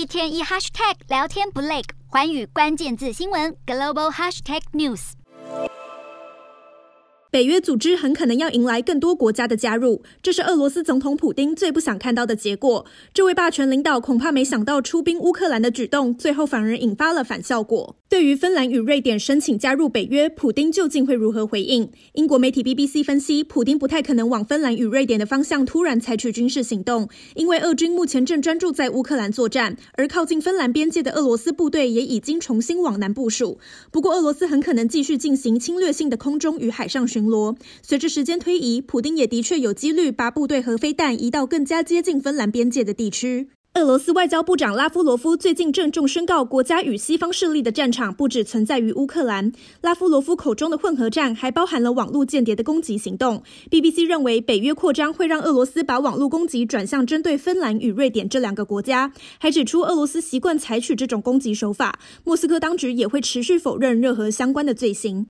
天一 hashtag 聊天不累，寰宇关键字新闻 global hashtag news。 北约组织很可能要迎来更多国家的加入，这是俄罗斯总统普丁最不想看到的结果。这位霸权领导恐怕没想到出兵乌克兰的举动，最后反而引发了反效果。对于芬兰与瑞典申请加入北约，普丁究竟会如何回应？英国媒体 BBC 分析，普丁不太可能往芬兰与瑞典的方向突然采取军事行动，因为俄军目前正专注在乌克兰作战，而靠近芬兰边界的俄罗斯部队也已经重新往南部署。不过俄罗斯很可能继续进行侵略性的空中与海上巡逻。随着时间推移，普丁也的确有几率把部队和飞弹移到更加接近芬兰边界的地区。俄罗斯外交部长拉夫罗夫最近郑重宣告，国家与西方势力的战场不只存在于乌克兰。拉夫罗夫口中的混合战还包含了网络间谍的攻击行动。BBC 认为，北约扩张会让俄罗斯把网络攻击转向针对芬兰与瑞典这两个国家，还指出俄罗斯习惯采取这种攻击手法。莫斯科当局也会持续否认任何相关的罪行。